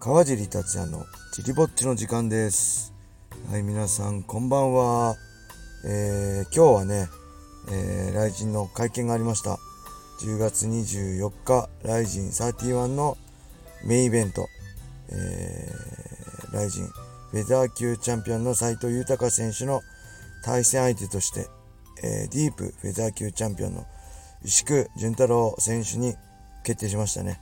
川尻達也のジリぼっちの時間です。はい、皆さんこんばんは。今日はね、ライジンの会見がありました。10月24日ライジン31のメインイベント、ライジンフェザー級チャンピオンの斉藤豊選手の対戦相手として、ディープフェザー級チャンピオンの牛久潤太郎選手に決定しましたね。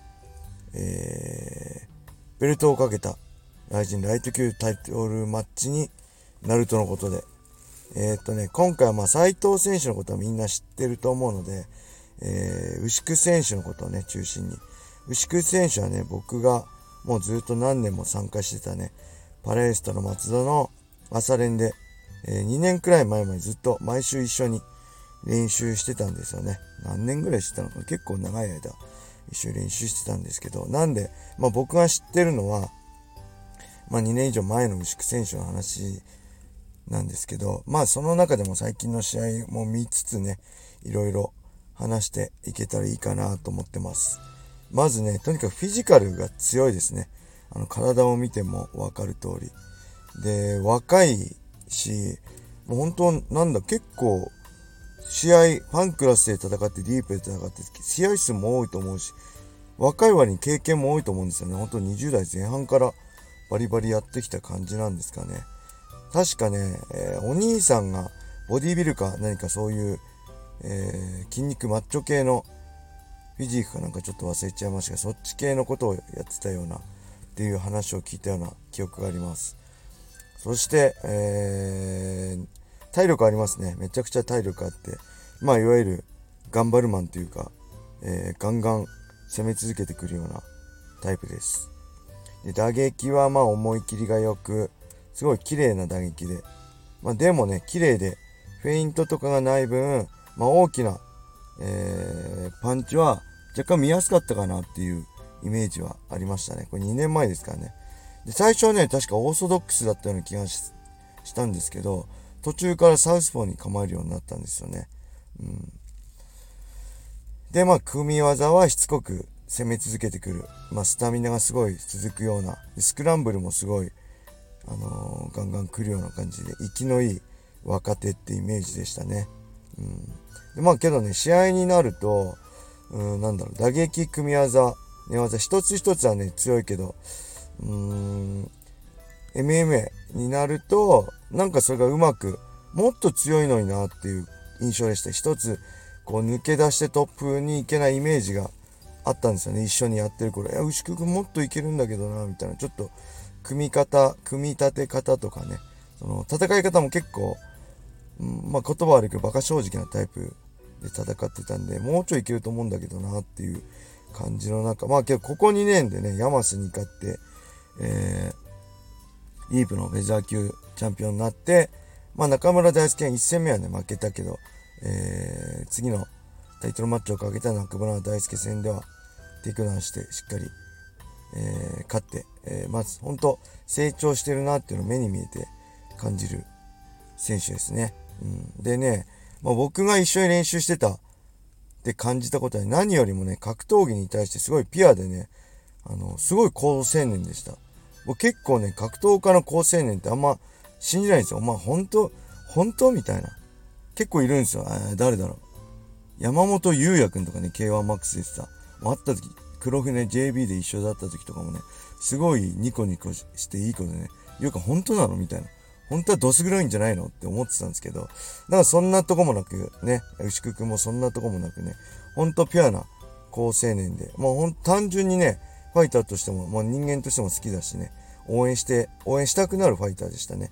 ベルトをかけたライジンライト級タイトルマッチになるとのことで、今回は斉藤選手のことはみんな知ってると思うので、牛久選手のことをね中心に、牛久選手はね、僕がもうずっと何年も参加してたねパレーストの松戸の朝練で、2年くらい前までずっと毎週一緒に練習してたんですよね。何年ぐらいしてたのかな、結構長い間一緒に練習してたんですけど、なんで、僕が知ってるのは、2年以上前の牛久選手の話なんですけど、その中でも最近の試合も見つつね、いろいろ話していけたらいいかなと思ってます。まずね、とにかくフィジカルが強いですね。体を見てもわかる通り。で、若いし、もう本当結構、試合、ファンクラスで戦って、ディープで戦って、試合数も多いと思うし、若い割に経験も多いと思うんですよね。本当20代前半からバリバリやってきた感じなんですかね。確かね、お兄さんがボディビルか何かそういう、筋肉マッチョ系のフィジークかなんかちょっと忘れちゃいましたが、そっち系のことをやってたようなっていう話を聞いたような記憶があります。そして、体力ありますね。めちゃくちゃ体力あって、いわゆる頑張るマンというか、ガンガン攻め続けてくるようなタイプです。で、打撃は思い切りがよく、すごい綺麗な打撃で、でもね、綺麗でフェイントとかがない分、大きな、パンチは若干見やすかったかなっていうイメージはありましたね。これ2年前ですからね。で、最初はね、確かオーソドックスだったような気がしたんですけど、途中からサウスポーに構えるようになったんですよね。で、組み技はしつこく攻め続けてくる。スタミナがすごい続くような、スクランブルもすごい、ガンガン来るような感じで、生きのいい若手ってイメージでしたね。で、けどね、試合になると、打撃、組み技、寝技、一つ一つはね、強いけど、MMA になると、それがうまく、もっと強いのになっていう印象でした。一つ、抜け出してトップに行けないイメージがあったんですよね。一緒にやってる頃。牛久くんもっといけるんだけどな、みたいな。ちょっと、組み立て方とかね。その、戦い方も結構、言葉悪いけど、馬鹿正直なタイプで戦ってたんで、もうちょいいけると思うんだけどな、っていう感じの中。けど、ここ2年でね、ヤマスに勝って、ディープのフェザー級チャンピオンになって、中村大輔は1戦目はね、負けたけど、次のタイトルマッチをかけた中村大輔戦では、テイクダウンして、しっかり、勝って、まず、本当成長してるなっていうのを目に見えて感じる選手ですね。でね、僕が一緒に練習してたって感じたことは何よりもね、格闘技に対してすごいピュアでね、すごい好青年でした。僕結構ね、格闘家の好青年ってあんま信じないんですよ。本当みたいな。結構いるんですよ。誰だろう。山本優也くんとかね、K1 マックスでさ、会った時、黒船 JB で一緒だった時とかもね、すごいニコニコしていい子でね、いうか本当なのみたいな。本当はどす黒いんじゃないのって思ってたんですけど、そんなとこもなくね、牛久くんもそんなとこもなくね、ほんとピュアな好青年で、単純にね、ファイターとしても、人間としても好きだしね、応援したくなるファイターでしたね。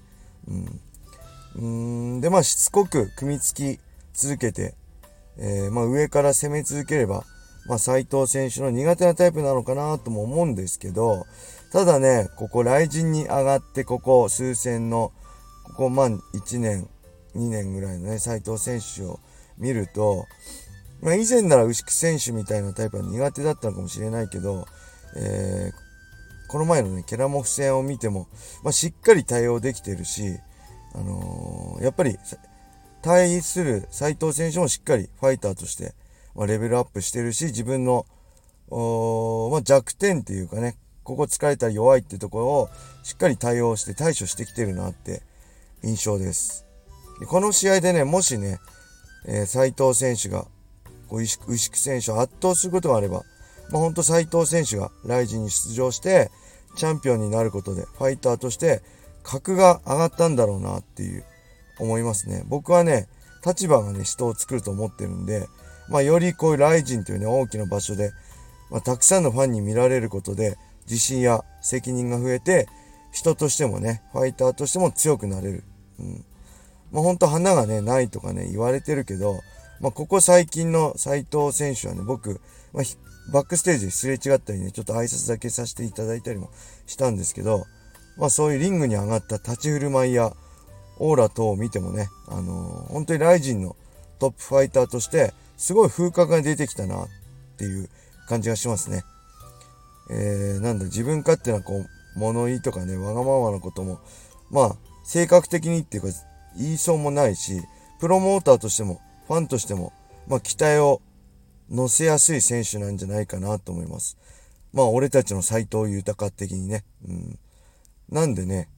で、しつこく組みつき続けて、上から攻め続ければ、斉藤選手の苦手なタイプなのかなとも思うんですけど、ただね、ここ、ライジンに上がって、ここ、数戦の、ここ、1年、2年ぐらいのね、斉藤選手を見ると、以前なら牛久選手みたいなタイプは苦手だったのかもしれないけど、この前のね、ケラモフ戦を見ても、しっかり対応できてるし、やっぱり、対する斉藤選手もしっかりファイターとして、レベルアップしてるし、自分の、弱点っていうかね、 ここ疲れたら弱いってところをしっかり対応して対処してきてるなって印象です。でこの試合でね、もしね、斉藤選手が牛久選手を圧倒することがあれば、ほんと斉藤選手がライジンに出場してチャンピオンになることでファイターとして格が上がったんだろうなっていう思いますね。僕はね、立場がね人を作ると思ってるんで、よりこういうライジンというね大きな場所で、たくさんのファンに見られることで自信や責任が増えて、人としてもねファイターとしても強くなれる。ほんと花がねないとかね言われてるけど、ここ最近の斉藤選手はね、僕、バックステージですれ違ったりね、ちょっと挨拶だけさせていただいたりもしたんですけど、そういうリングに上がった立ち振る舞いやオーラ等を見てもね、本当にライジンのトップファイターとしてすごい風格が出てきたなっていう感じがしますね。自分勝手な物言いとかね、わがままなことも性格的にっていうか言いそうもないし、プロモーターとしてもファンとしても期待を乗せやすい選手なんじゃないかなと思います。俺たちの斉藤豊的にね、なんでね、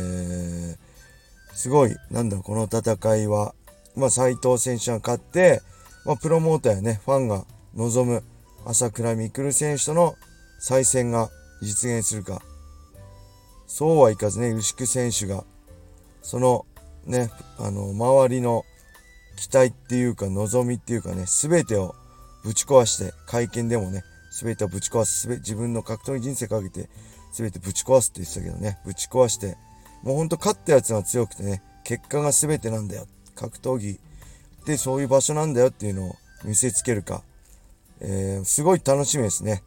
すごいこの戦いは斉藤選手が勝って、プロモーターやねファンが望む朝倉未来選手との再戦が実現するか、そうはいかずね、牛久選手がそのね周りの期待っていうか望みっていうかね、全てをぶち壊して、会見でもね全てをぶち壊す、自分の格闘技人生かけて全てぶち壊すって言ってたけどね、ぶち壊して、もうほんと勝ったやつが強くてね、結果が全てなんだよ、格闘技ってそういう場所なんだよっていうのを見せつけるか、すごい楽しみですね。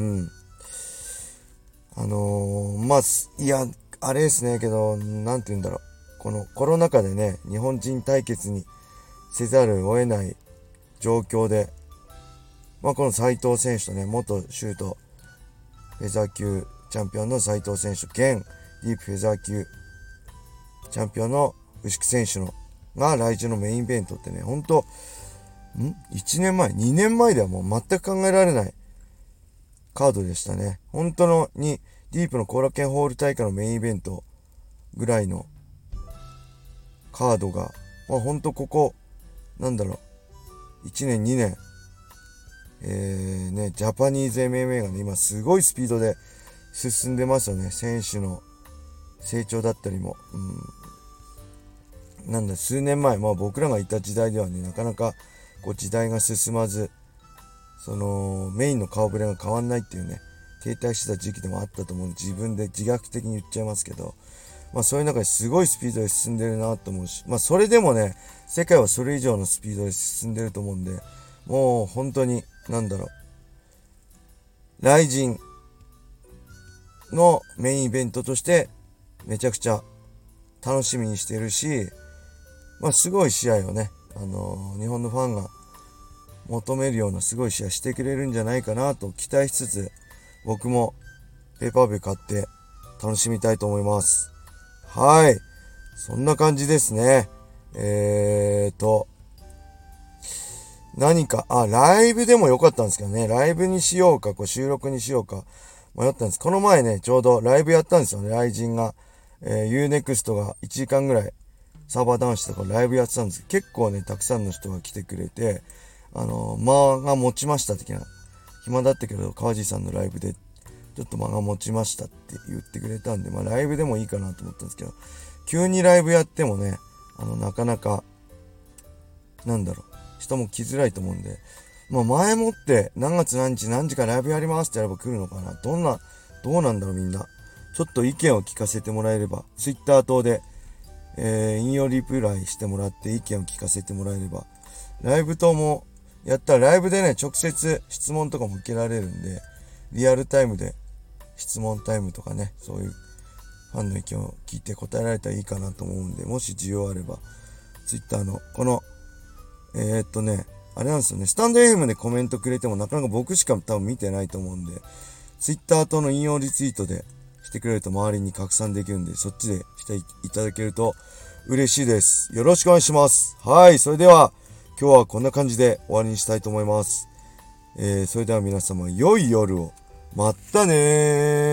いやあれですね、けどなんて言うんだろう、このコロナ禍でね日本人対決にせざるを得ない状況で、この斉藤選手とね、元シュートフェザー級チャンピオンの斉藤選手、現ディープフェザー級チャンピオンの牛久選手のが来週のメインイベントってね、ほんと1年前2年前ではもう全く考えられないカードでしたね。本当のディープの後楽園ホール大会のメインイベントぐらいのカードが、ほんとここ1年2年ジャパニーズ MMA がね今すごいスピードで進んでますよね。選手の成長だったりも、数年前、僕らがいた時代ではね、なかなか時代が進まず、そのメインの顔ぶれが変わんないっていうね、停滞してた時期でもあったと思う。自分で自虐的に言っちゃいますけど、そういう中ですごいスピードで進んでるなと思うし、それでもね、世界はそれ以上のスピードで進んでると思うんで、もう本当にライジンのメインイベントとしてめちゃくちゃ楽しみにしてるし、すごい試合をね、日本のファンが求めるようなすごい試合してくれるんじゃないかなと期待しつつ、僕もペーパービュー買って楽しみたいと思います。はい、そんな感じですね。何かライブでもよかったんですけどね、ライブにしようか収録にしようか迷ったんです。この前ねちょうどライブやったんですよね。ライジンが、UNEXT が1時間ぐらいサーバーダウンしてライブやってたんですけど、結構ねたくさんの人が来てくれて、間が持ちました的な、暇だったけど川地さんのライブでちょっと間が持ちましたって言ってくれたんで、ライブでもいいかなと思ったんですけど、急にライブやってもねなかなか人も来づらいと思うんで、前もって何月何日何時かライブやりますってやれば来るのかな。どうなんだろうみんな。ちょっと意見を聞かせてもらえれば、Twitter 等で、引用リプライしてもらって意見を聞かせてもらえれば、ライブ等もやったらライブでね直接質問とかも受けられるんで、リアルタイムで質問タイムとかね、そういうファンの意見を聞いて答えられたらいいかなと思うんで、もし需要あれば Twitter のこのあれなんですよね、スタンド FM でコメントくれてもなかなか僕しか多分見てないと思うんで、Twitter との引用リツイートでしてくれると周りに拡散できるんで、そっちでしていただけると嬉しいです。よろしくお願いします。はい、それでは今日はこんな感じで終わりにしたいと思います。それでは皆様良い夜を。まったねー。